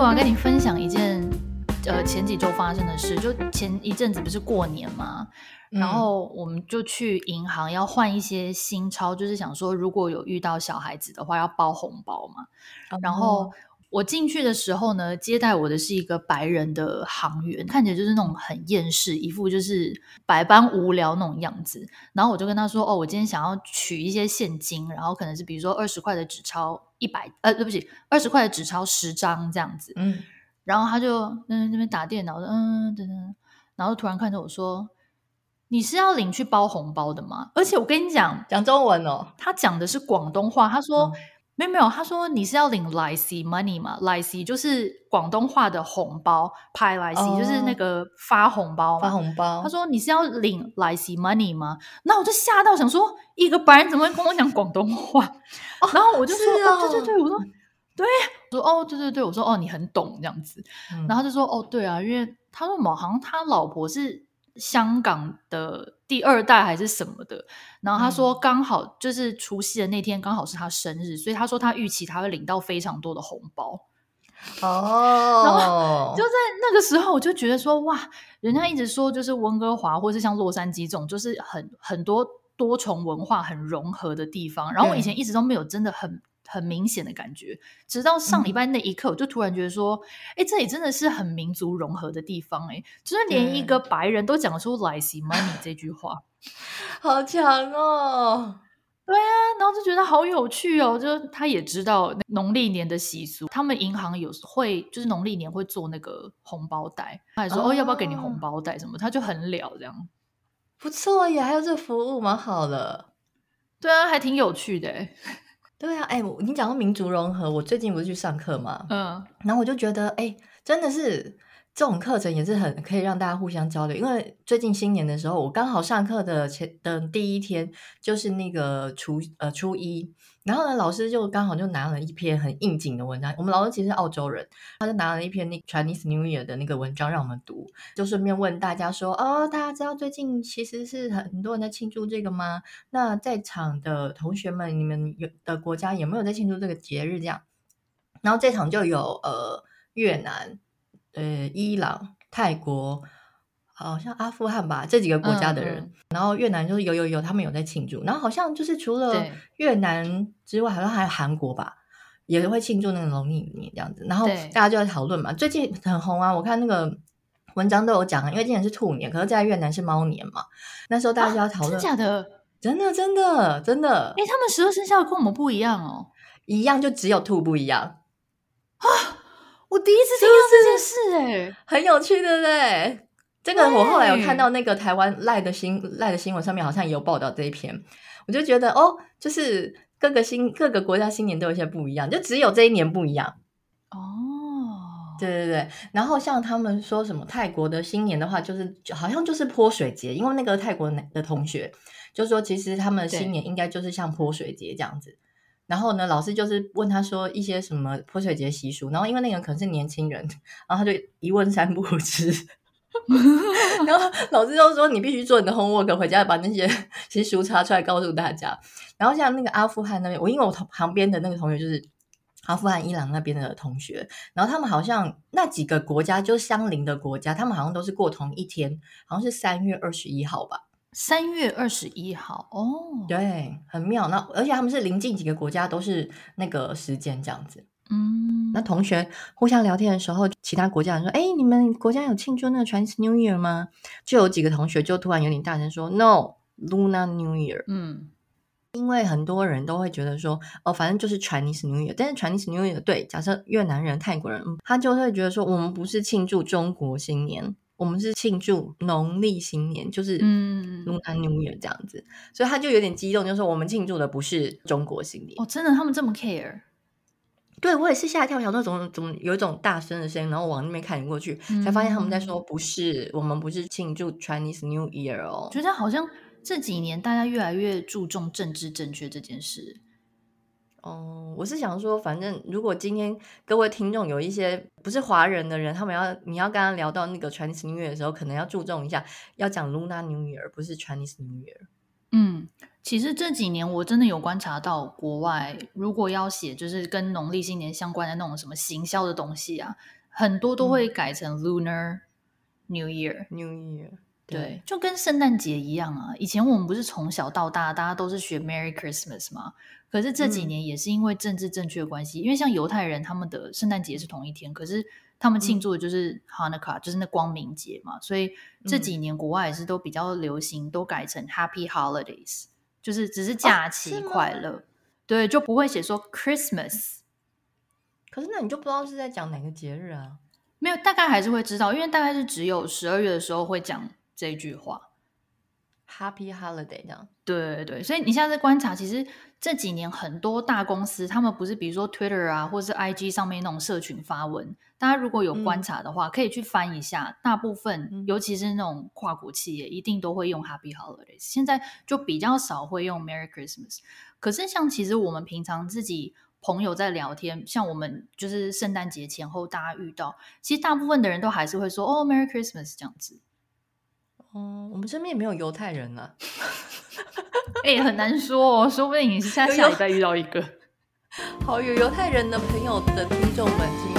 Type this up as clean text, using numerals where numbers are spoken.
我要跟你分享一件前几周发生的事。就前一阵子不是过年嘛，然后我们就去银行要换一些新钞，就是想说如果有遇到小孩子的话要包红包嘛。然后我进去的时候呢，接待我的是一个白人的行员，看起来就是那种很厌世，一副就是百般无聊那种样子。然后我就跟他说，我今天想要取一些现金，然后可能是比如说20块的纸钞对不起，20块的纸钞10张这样子。然后他就那边打电脑，等等，然后突然看着我说，你是要领去包红包的吗？而且我跟你讲中文哦， 他讲的是广东话，他说没有，他说你是要领 Lyc money 嘛，Lyc 就是广东话的红包，派 Lyc就是那个发红包嘛， 发红包。 他说你是要领 Lyc money 吗？那我就吓到想说，一个白人怎么会跟我讲广东话？然后我就说对，我说对，我说对，我说你很懂这样子。然后他就说对啊，因为他说好像他老婆是香港的第2代还是什么的，然后他说刚好就是除夕的那天刚好是他生日，所以他说他预期他会领到非常多的红包。然后就在那个时候我就觉得说，哇，人家一直说就是温哥华或是像洛杉矶这种就是很多多重文化很融合的地方，然后我以前一直都没有真的很明显的感觉，直到上礼拜那一刻我就突然觉得说，这里真的是很民族融合的地方，就是连一个白人都讲出 Lyc money 这句话。 好强哦。 对啊，然后就觉得好有趣哦，就是他也知道农历年的习俗，他们银行会就是农历年会做那个红包袋，他还说要不要给你红包袋什么，他就很了这样。 不错耶，还有这服务蛮好的。 对啊，还挺有趣的耶。 对啊，你讲到民族融合，我最近不是去上课嘛，然后我就觉得真的是这种课程也是很可以让大家互相交流。因为最近新年的时候，我刚好上课的第一天就是那个初一，然后呢老师就刚好就拿了一篇很应景的文章，我们老师其实是澳洲人，他就拿了一篇那 Chinese New Year 的那个文章让我们读，就顺便问大家说大家知道最近其实是很多人在庆祝这个吗？那在场的同学们，你们的国家有没有在庆祝这个节日这样？然后这场就有越南、伊朗、泰国，好像阿富汗吧，这几个国家的人。然后越南就是有他们有在庆祝，然后好像就是除了越南之外，好像还有韩国吧，也会庆祝那个农历年这样子。然后大家就在讨论嘛，最近很红啊，我看那个文章都有讲，因为今年是兔年，可是在越南是猫年嘛，那时候大家就要讨论。 真的假的？ 真的他们12生肖跟我们不一样哦。 一样，就只有兔不一样啊！我第一次听到这件事很有趣对不对？这个我后来有看到那个台湾赖的新闻上面好像也有报道这一篇，我就觉得就是各个国家新年都有一些不一样，就只有这一年不一样对，然后像他们说什么泰国的新年的话，好像就是泼水节，因为那个泰国的同学就说其实他们新年应该就是像泼水节这样子。然后呢，老师就是问他说一些什么泼水节习俗，然后因为那个人可能是年轻人，然后他就一问三不知然后老师就说你必须做你的 homework， 回家把那些习俗查出来告诉大家。然后像那个阿富汗那边，因为我旁边的那个同学就是阿富汗伊朗那边的同学，然后他们好像那几个国家就相邻的国家，他们好像都是过同一天，好像是3月21号吧。 3月21号对，很妙。那而且他们是邻近几个国家都是那个时间这样子。那同学互相聊天的时候，其他国家人说你们国家有庆祝那个 Chinese New Year 吗？就有几个同学就突然有点大声说 No Lunar New Year。因为很多人都会觉得说反正就是 Chinese New Year， 但是 Chinese New Year 对，假设越南人泰国人他就会觉得说我们不是庆祝中国新年，我们是庆祝农历新年，就是Lunar New Year 这样子，所以他就有点激动，就说我们庆祝的不是中国新年。 真的他们这么 care？ 对，我也是吓一跳，想说怎么有一种大声的声音，然后往那边看过去，才发现他们在说不是，我们不是庆祝 Chinese New Year 哦。 觉得好像这几年大家越来越注重政治正确这件事。 我是想说，反正如果今天各位听众有一些不是华人的人，你要跟他聊到那个 Chinese New Year 的时候，可能要注重一下，要讲 Lunar New Year， 不是 Chinese New Year。 其实这几年我真的有观察到，国外如果要写就是跟农历新年相关的那种什么行销的东西啊，很多都会改成 Lunar New Year。对，就跟圣诞节一样啊。以前我们不是从小到大大家都是学 Merry Christmas 吗？可是这几年也是因为政治正确的关系，因为像犹太人他们的圣诞节是同一天，可是他们庆祝的就是 Hanukkah，就是那光明节嘛，所以这几年国外也是都比较流行，都改成 Happy Holidays， 就是只是假期快乐，对，就不会写说 Christmas。 可是那你就不知道是在讲哪个节日啊？ 没有，大概还是会知道，因为大概是只有12月的时候会讲这句话 Happy Holiday 这样。 对对，所以你现在在观察，其实这几年很多大公司他们不是比如说 Twitter 啊或是 IG 上面那种社群发文，大家如果有观察的话，可以去翻一下，大部分尤其是那种跨国企业一定都会用 Happy Holidays， 现在就比较少会用 Merry Christmas。 可是像其实我们平常自己朋友在聊天，像我们就是圣诞节前后大家遇到，其实大部分的人都还是会说哦 Merry Christmas 这样子。 我们身边也没有犹太人啊。 很难说哦，说不定你下礼拜遇到一个。 好，有犹太人的朋友的听众们，请